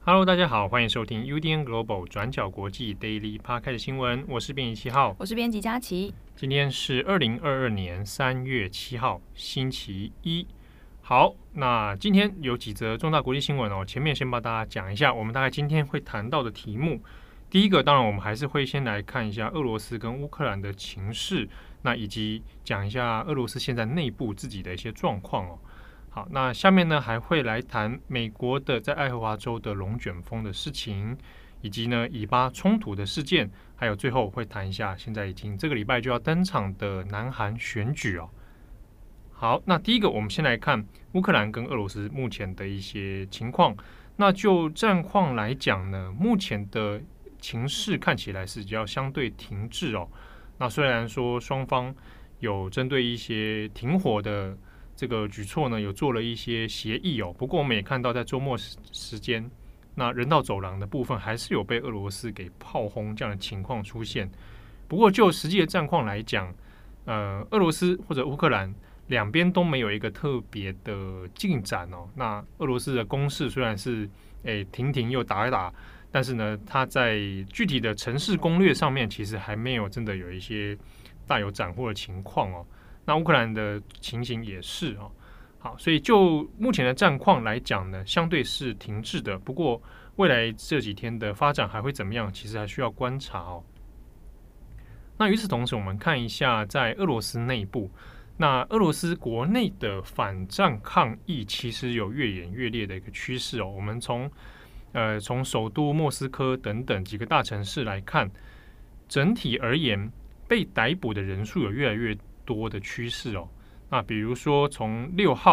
Hello，大家好，欢迎收听 UDN Global 转角国际 Daily Podcast 新闻，我是编辑7号， 我是编辑佳琪。 今天是2022年3月7号，星期一。好，那今天有几则重大国际新闻哦，前面先帮大家讲一下，我们大概今天会谈到的题目。第一个，当然我们还是会先来看一下俄罗斯跟乌克兰的情势，那以及讲一下俄罗斯现在内部自己的一些状况哦。好，那下面呢还会来谈美国的在爱荷华州的龙卷风的事情，以及呢以巴冲突的事件，还有最后会谈一下现在已经这个礼拜就要登场的南韩选举哦。好，那第一个我们先来看乌克兰跟俄罗斯目前的一些情况。那就战况来讲呢，目前的情势看起来是比较相对停滞哦。那虽然说双方有针对一些停火的这个举措呢，有做了一些协议哦。不过我们也看到，在周末时间，那人道走廊的部分还是有被俄罗斯给炮轰这样的情况出现。不过就实际的战况来讲，俄罗斯或者乌克兰两边都没有一个特别的进展哦。那俄罗斯的攻势虽然是停又打一打，但是呢，它在具体的城市攻略上面，其实还没有真的有一些大有斩获的情况哦。那乌克兰的情形也是哦，好，所以就目前的战况来讲呢，相对是停滞的。不过未来这几天的发展还会怎么样，其实还需要观察哦。那与此同时，我们看一下在俄罗斯内部，那俄罗斯国内的反战抗议其实有越演越烈的一个趋势哦。我们从首都莫斯科等等几个大城市来看，整体而言，被逮捕的人数有越来越多的趋势哦。那比如说从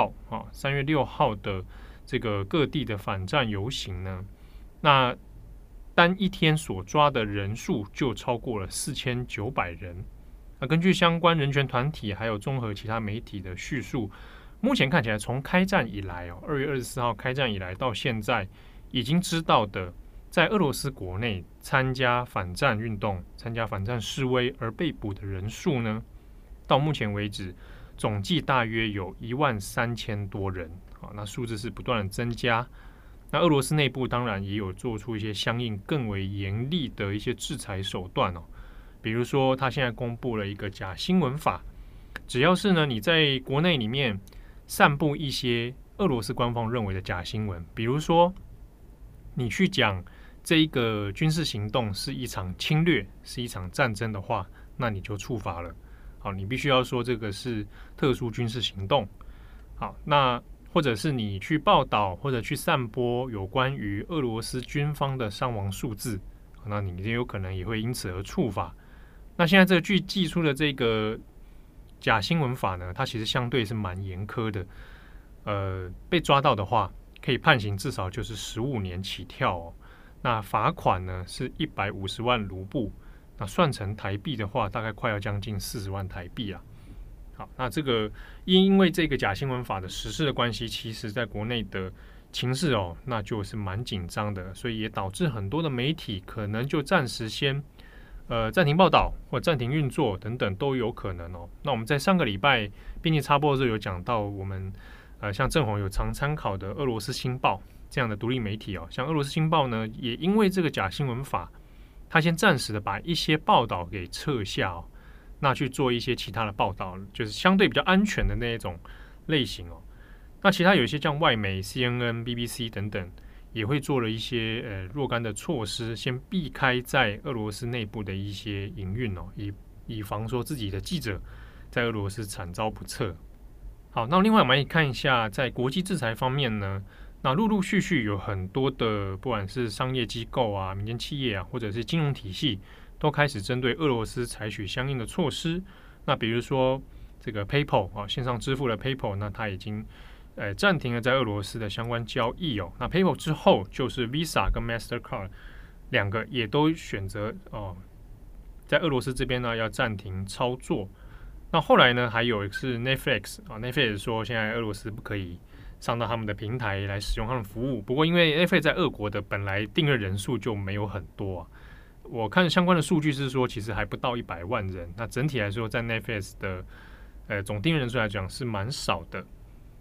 3月6号的这个各地的反战游行呢，那单一天所抓的人数就超过了4900人。那根据相关人权团体还有综合其他媒体的叙述，目前看起来从开战以来2月24号开战以来到现在，已经知道的在俄罗斯国内参加反战运动、参加反战示威而被捕的人数呢，到目前为止总计大约有13000多人。好，那数字是不断的增加。那俄罗斯内部当然也有做出一些相应更为严厉的一些制裁手段哦。比如说，他现在公布了一个假新闻法，只要是呢你在国内里面散布一些俄罗斯官方认为的假新闻，比如说你去讲这一个军事行动是一场侵略，是一场战争的话，那你就触法了。好，你必须要说这个是特殊军事行动。好，那或者是你去报道或者去散播有关于俄罗斯军方的伤亡数字，那你有可能也会因此而触法。那现在这个寄出的这个假新闻法呢，它其实相对是蛮严苛的。被抓到的话，可以判刑至少就是15年起跳哦。那罚款呢是150万卢布，那算成台币的话，大概快要将近40万台币啊。好，那这个因为这个假新闻法的实施的关系，其实在国内的情势哦，那就是蛮紧张的，所以也导致很多的媒体可能就暂时先暂停报道或暂停运作等等都有可能哦。那我们在上个礼拜编辑插播的时候有讲到，我们像郑红有常参考的俄罗斯星报这样的独立媒体哦，像俄罗斯星报呢，也因为这个假新闻法，他先暂时的把一些报道给撤下哦，那去做一些其他的报道，就是相对比较安全的那一种类型哦。那其他有一些像外媒 CNN、BBC 等等，也会做了一些若干的措施，先避开在俄罗斯内部的一些营运哦，以防说自己的记者在俄罗斯惨遭不测。好，那另外我们来看一下，在国际制裁方面呢，那陆陆续续有很多的，不管是商业机构啊、民间企业啊，或者是金融体系，都开始针对俄罗斯采取相应的措施。那比如说这个 PayPal 啊，线上支付的 PayPal， 那它已经暂停了在俄罗斯的相关交易哦。那 PayPal 之后就是 Visa 跟 Mastercard 两个也都选择在俄罗斯这边呢要暂停操作。那后来呢，还有是 Netflix 啊 ，Netflix 说现在俄罗斯不可以上到他们的平台来使用他们的服务。不过因为 Netflix 在俄国的本来订阅人数就没有很多啊，我看相关的数据是说其实还不到100万人。那整体来说，在 Netflix 的总订阅人数来讲是蛮少的。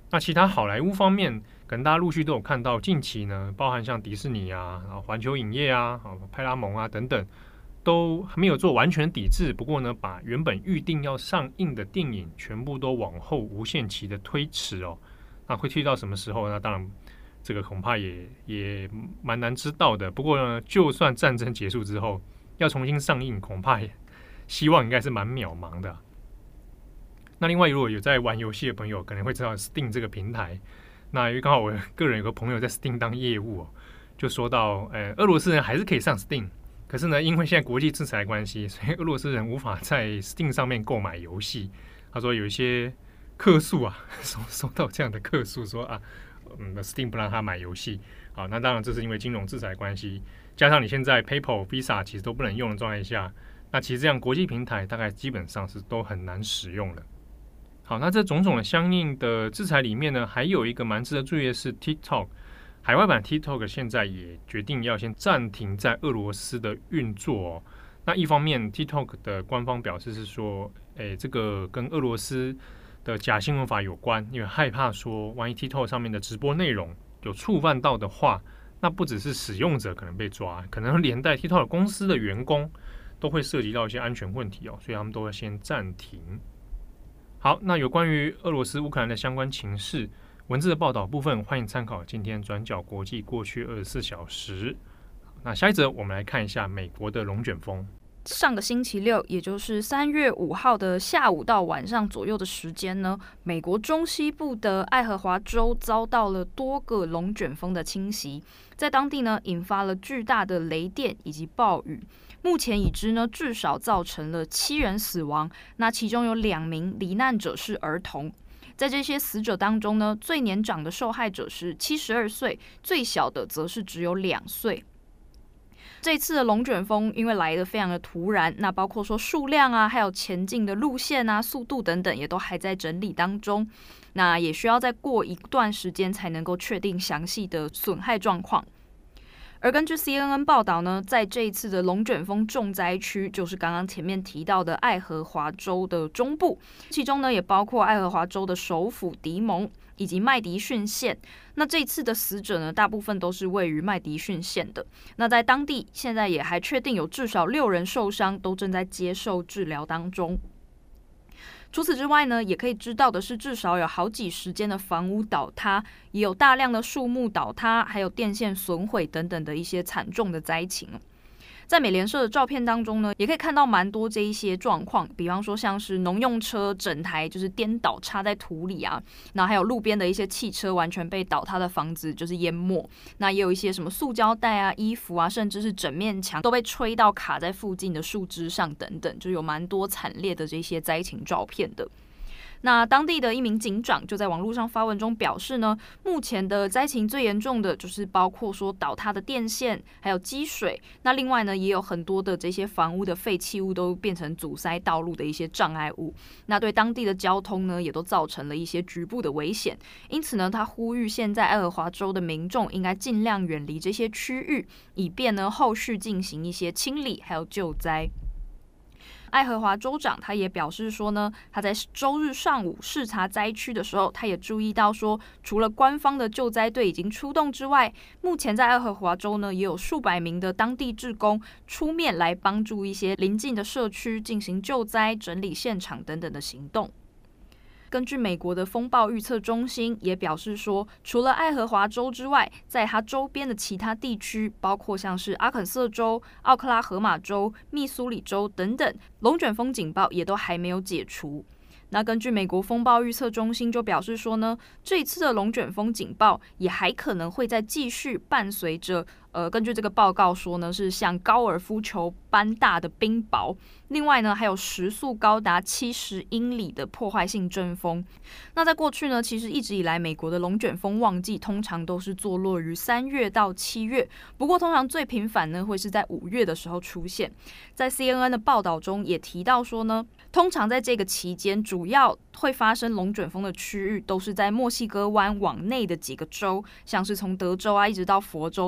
那其他好莱坞方面，可能大家陆续都有看到，近期呢，包含像迪士尼啊、环球影业啊、派拉蒙啊等等，都还没有做完全抵制。不过呢，把原本预定要上映的电影全部都往后无限期的推迟哦。那会推到什么时候？那当然，这个恐怕也蛮难知道的。不过呢，就算战争结束之后要重新上映，恐怕希望应该是蛮渺茫的。那另外，如果有在玩游戏的朋友，可能会知道 Steam 这个平台。那因为刚好我个人有个朋友在 Steam 当业务就说到，俄罗斯人还是可以上 Steam， 可是呢，因为现在国际制裁关系，所以俄罗斯人无法在 Steam 上面购买游戏。他说有一些客诉收到这样的客诉说Steam 不让他买游戏。好，那当然这是因为金融制裁关系，加上你现在 PayPal、Visa 其实都不能用的状态下，那其实这样国际平台大概基本上是都很难使用了。好，那这种种的相应的制裁里面呢，还有一个蛮值得注意的是 TikTok 海外版 TikTok 现在也决定要先暂停在俄罗斯的运作那一方面 TikTok 的官方表示是说，这个跟俄罗斯的假新闻法有关，因为害怕说万一 TikTok 上面的直播内容有触犯到的话，那不只是使用者可能被抓，可能连带 TikTok 公司的员工都会涉及到一些安全问题所以他们都要先暂停。好，那有关于俄罗斯乌克兰的相关情势文字的报道部分，欢迎参考今天转角国际过去24小时。那下一则我们来看一下美国的龙卷风。 上个星期六，也就是3月5号的下午到晚上左右的时间呢，美国中西部的爱荷华州遭到了多个龙卷风的侵袭，在当地呢引发了巨大的雷电以及暴雨。目前已知呢，至少造成了7人死亡，那其中有2名罹难者是儿童。在这些死者当中呢，最年长的受害者是72岁，最小的则是只有2岁。这次的龙卷风因为来得非常的突然，那包括说数量还有前进的路线速度等等，也都还在整理当中。那也需要再过一段时间才能够确定详细的损害状况。而根据 CNN 报道呢，在这一次的龙卷风重灾区，就是刚刚前面提到的爱荷华州的中部，其中呢也包括爱荷华州的首府迪蒙以及麦迪逊县。那这一次的死者呢，大部分都是位于麦迪逊县的。那在当地现在也还确定有至少6人受伤，都正在接受治疗当中。除此之外呢，也可以知道的是，至少有好几十间的房屋倒塌，也有大量的树木倒塌，还有电线损毁等等的一些惨重的灾情。在美联社的照片当中呢，也可以看到蛮多这一些状况，比方说像是农用车整台就是颠倒插在土里然后还有路边的一些汽车完全被倒塌的房子就是淹没，那也有一些什么塑胶袋衣服甚至是整面墙都被吹到卡在附近的树枝上等等，就有蛮多惨烈的这些灾情照片的。那当地的一名警长就在网络上发文中表示呢，目前的灾情最严重的就是包括说倒塌的电线，还有积水。那另外呢，也有很多的这些房屋的废弃物都变成阻塞道路的一些障碍物。那对当地的交通呢，也都造成了一些局部的危险。因此呢，他呼吁现在爱荷华州的民众应该尽量远离这些区域，以便呢后续进行一些清理还有救灾。爱荷华州长他也表示说呢，他在周日上午视察灾区的时候，他也注意到说，除了官方的救灾队已经出动之外，目前在爱荷华州呢，也有数百名的当地志工出面来帮助一些邻近的社区进行救灾、整理现场等等的行动。根据美国的风暴预测中心也表示说，除了爱荷华州之外，在它周边的其他地区，包括像是阿肯色州、奥克拉荷马州、密苏里州等等，龙卷风警报也都还没有解除。那根据美国风暴预测中心就表示说呢，这一次的龙卷风警报也还可能会再继续伴随着根据这个报告说呢，是像高尔夫球般大的冰雹，另外呢还有时速高达70英里的破坏性阵风。那在过去呢，其实一直以来美国的龙卷风旺季通常都是坐落于3月到7月，不过通常最频繁呢会是在5月的时候出现。在 CNN 的报道中也提到说呢，通常在这个期间主要会发生龙卷风的区域都是在墨西哥湾往内的几个州，像是从德州一直到佛州这一些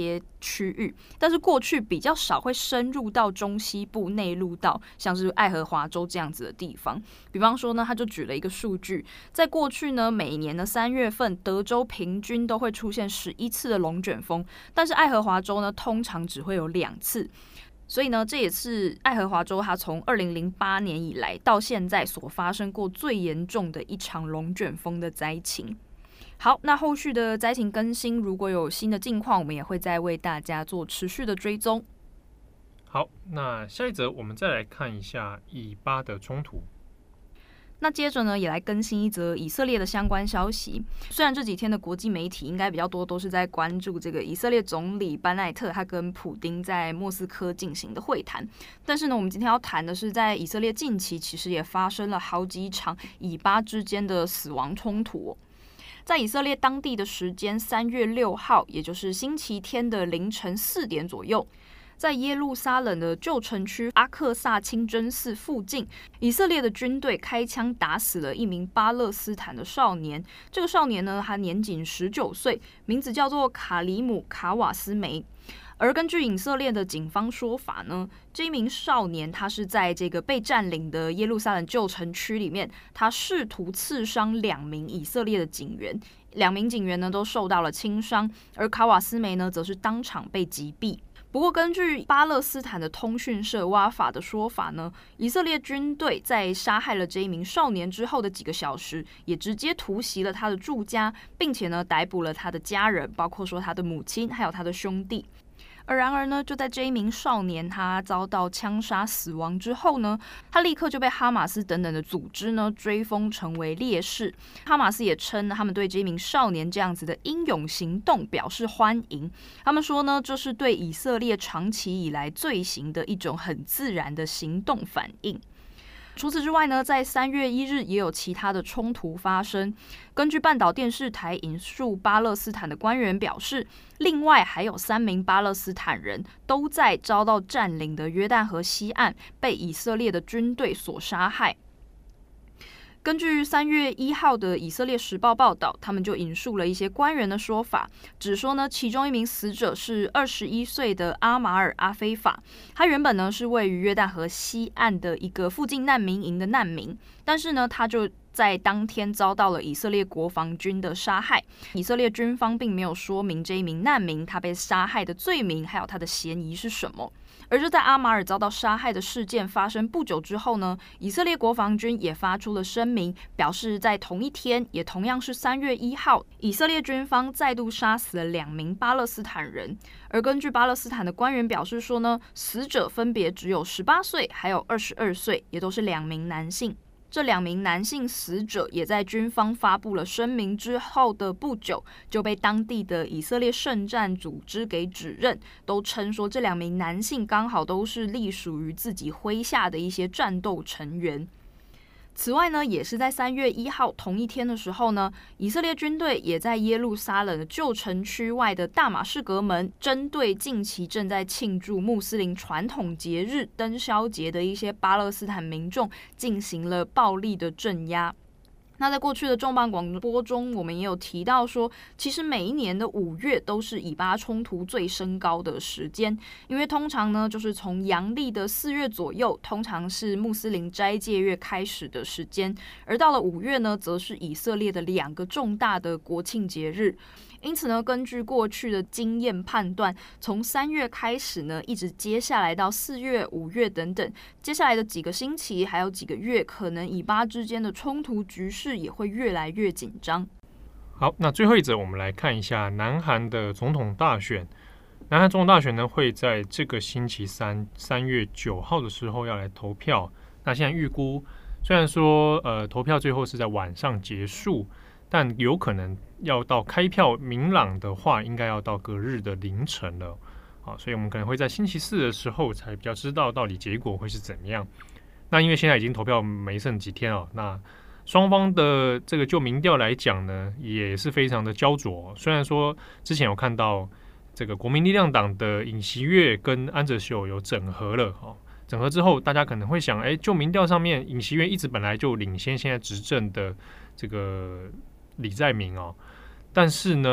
些区域，但是过去比较少会深入到中西部内陆到像是爱荷华州这样子的地方。比方说呢，他就举了一个数据，在过去呢，每年的3月份，德州平均都会出现11次的龙卷风，但是爱荷华州呢，通常只会有2次。所以呢，这也是爱荷华州它从2008年以来到现在所发生过最严重的一场龙卷风的灾情。好，那后续的灾情更新，如果有新的近况，我们也会再为大家做持续的追踪。 好，那下一则我们再来看一下以巴的冲突。 那接着呢，也来更新一则以色列的相关消息。虽然这几天的国际媒体应该比较多都是在关注这个以色列总理班奈特他跟普丁在莫斯科进行的会谈，但是呢，我们今天要谈的是，在以色列近期其实也发生了好几场以巴之间的死亡冲突。在以色列当地的时间3月6号，也就是星期天的凌晨4点左右，在耶路撒冷的旧城区阿克萨清真寺附近，以色列的军队开枪打死了一名巴勒斯坦的少年。这个少年呢，他年仅19岁，名字叫做卡里姆·卡瓦斯梅。而根据以色列的警方说法呢，这一名少年他是在这个被占领的耶路撒冷旧城区里面，他试图刺伤2名以色列的警员，2名警员呢都受到了轻伤，而卡瓦斯梅呢则是当场被击毙。不过，根据巴勒斯坦的通讯社哇法的说法呢，以色列军队在杀害了这一名少年之后的几个小时，也直接突袭了他的住家，并且呢逮捕了他的家人，包括说他的母亲还有他的兄弟。而然而呢，就在这一名少年他遭到枪杀死亡之后呢，他立刻就被哈马斯等等的组织呢追封成为烈士。哈马斯也称他们对这一名少年这样子的英勇行动表示欢迎。他们说呢，这是对以色列长期以来罪行的一种很自然的行动反应。除此之外呢，在3月1日也有其他的冲突发生。根据半岛电视台引述巴勒斯坦的官员表示，另外还有3名巴勒斯坦人都在遭到占领的约旦河西岸被以色列的军队所杀害。根据3月1号的以色列时报报道，他们就引述了一些官员的说法，只说呢，其中一名死者是21岁的阿马尔·阿菲法，他原本呢是位于约旦河西岸的一个附近难民营的难民，但是呢，他就在当天遭到了以色列国防军的杀害。以色列军方并没有说明这一名难民他被杀害的罪名还有他的嫌疑是什么。而就在阿马尔遭到杀害的事件发生不久之后呢，以色列国防军也发出了声明，表示在同一天，也同样是3月1号，以色列军方再度杀死了2名巴勒斯坦人。而根据巴勒斯坦的官员表示说呢，死者分别只有18岁，还有22岁，也都是2名男性。这2名男性死者也在军方发布了声明之后的不久，就被当地的以色列圣战组织给指认，都称说这2名男性刚好都是隶属于自己麾下的一些战斗成员。此外呢，也是在3月1号同一天的时候呢，以色列军队也在耶路撒冷的旧城区外的大马士革门，针对近期正在庆祝穆斯林传统节日灯宵节的一些巴勒斯坦民众进行了暴力的镇压。那在过去的重磅广播中，我们也有提到说，其实每一年的5月都是以巴冲突最升高的时间，因为通常呢，就是从阳历的4月左右，通常是穆斯林斋戒月开始的时间，而到了5月呢，则是以色列的2个重大的国庆节日。因此呢，根据过去的经验判断，从3月开始呢，一直接下来到4月、5月等等，接下来的几个星期还有几个月，可能以巴之间的冲突局势也会越来越紧张。 好，那最后一则我们来看一下南韩的总统大选。南韩总统大选呢，会在这个星期3 3月9号的时候要来投票。那现在预估，虽然说投票最后是在晚上结束，但有可能要到开票明朗的话，应该要到隔日的凌晨了。好，所以我们可能会在星期4的时候才比较知道到底结果会是怎么样。那因为现在已经投票没剩几天哦，那双方的这个就民调来讲呢，也是非常的焦灼。虽然说之前有看到这个国民力量党的尹锡悦跟安哲秀有整合了哦，整合之后，大家可能会想，就民调上面，尹锡悦一直本来就领先现在执政的这个李在明哦，但是呢，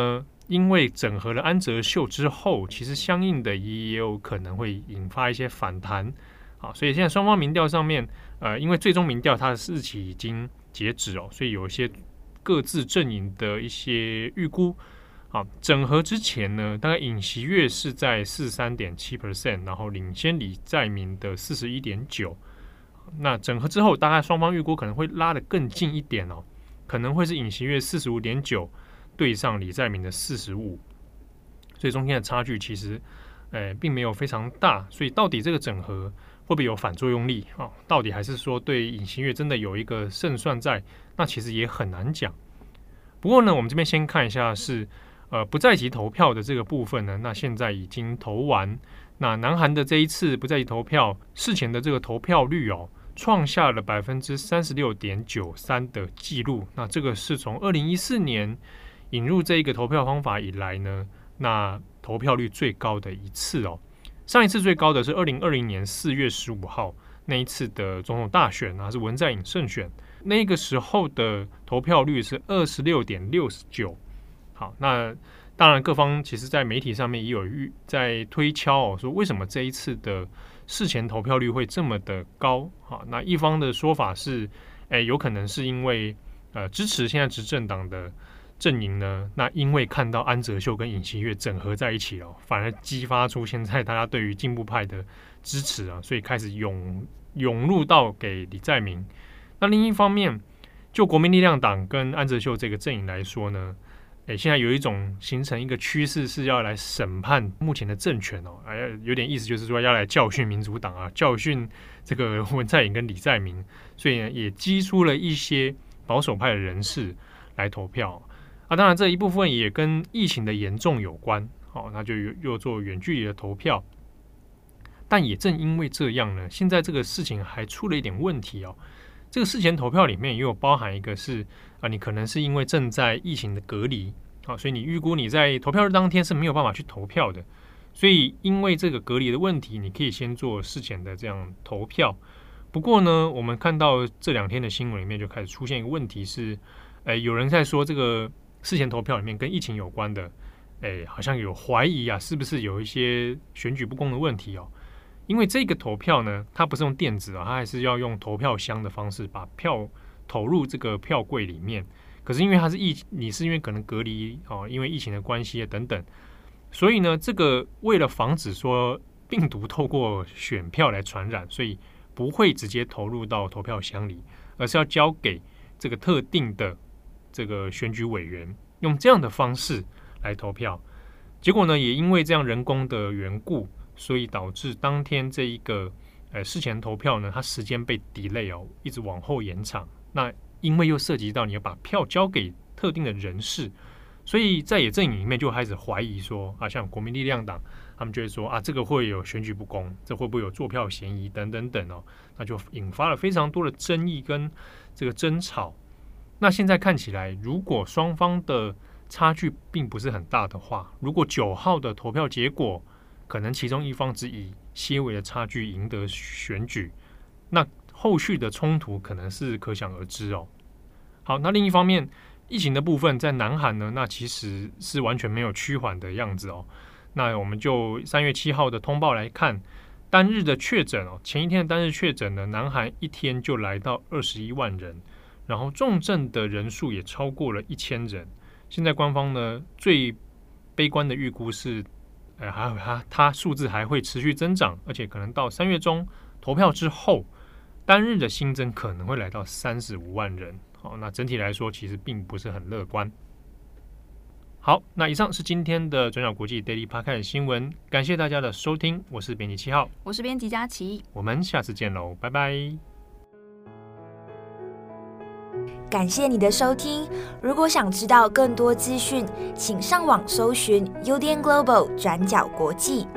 因为整合了安哲秀之后，其实相应的也有可能会引发一些反弹。好，所以现在双方民调上面，因为最终民调它的日期已经截止哦，所以有一些各自阵营的一些预估。好，整合之前呢，大概尹锡悦是在43.7%，然后领先李在明的41.9%。那整合之后，大概双方预估可能会拉得更近一点哦，可能会是尹锡悦45.9%对上李在明的45%，所以中间的差距其实，并没有非常大。所以到底这个整合会不会有反作用力啊？到底还是说对尹锡悦真的有一个胜算在？那其实也很难讲。不过呢，我们这边先看一下是。不在籍投票的这个部分呢，那现在已经投完。那南韩的这一次不在籍投票事前的这个投票率哦，创下了36.93%的记录。那这个是从2014年引入这一个投票方法以来呢，那投票率最高的一次哦。上一次最高的是2020年4月15号那一次的总统大选啊，是文在寅胜选，那个时候的投票率是26.69%。好，那当然，各方其实在媒体上面也有在推敲哦，说为什么这一次的事前投票率会这么的高？好，那一方的说法是，有可能是因为支持现在执政党的阵营呢，那因为看到安哲秀跟尹锡悦整合在一起哦，反而激发出现在大家对于进步派的支持啊，所以开始涌入到给李在明。那另一方面，就国民力量党跟安哲秀这个阵营来说呢，现在有一种形成一个趋势，是要来审判目前的政权哦，有点意思，就是说要来教训民主党啊，教训这个文在寅跟李在明，所以呢，也激出了一些保守派的人士来投票啊。当然，这一部分也跟疫情的严重有关，那就又做远距离的投票。但也正因为这样呢，现在这个事情还出了一点问题哦。这个事前投票里面也有包含一个是你可能是因为正在疫情的隔离，所以你预估你在投票日当天是没有办法去投票的，所以因为这个隔离的问题，你可以先做事前的这样投票。不过呢，我们看到这2天的新闻里面就开始出现一个问题是，有人在说这个事前投票里面跟疫情有关的，好像有怀疑啊，是不是有一些选举不公的问题哦？因为这个投票呢，它不是用电子啊，它还是要用投票箱的方式把票投入这个票柜里面。可是因为它是你是因为可能隔离哦，因为疫情的关系等等，所以呢，这个为了防止说病毒透过选票来传染，所以不会直接投入到投票箱里，而是要交给这个特定的这个选举委员，用这样的方式来投票。结果呢，也因为这样人工的缘故，所以导致当天这一个事前投票呢，它时间被 delay 哦，一直往后延长。那因为又涉及到你要把票交给特定的人士，所以在野阵营里面就开始怀疑说像国民力量党，他们就会说这个会有选举不公，这会不会有作票嫌疑等等等哦，那就引发了非常多的争议跟这个争吵。那现在看起来，如果双方的差距并不是很大的话，如果9号的投票结果可能其中一方只以些微的差距赢得选举，那后续的冲突可能是可想而知哦。好，那另一方面，疫情的部分在南韩呢，那其实是完全没有趋缓的样子哦。那我们就3月7号的通报来看，单日的确诊哦，前一天的单日确诊呢，南韩一天就来到21万人，然后重症的人数也超过了1000人。现在官方呢最悲观的预估是，它数字还会持续增长，而且可能到3月中投票之后，单日的新增可能会来到35万人。好，那整体来说其实并不是很乐观。好，那以上是今天的转角国际 Daily Podcast 新闻，感谢大家的收听，我是编辑7号， 我是编辑佳琪， 我们下次见喽，拜拜。 感谢你的收听，如果想知道更多资讯，请上网搜寻 UDN Global 转角国际。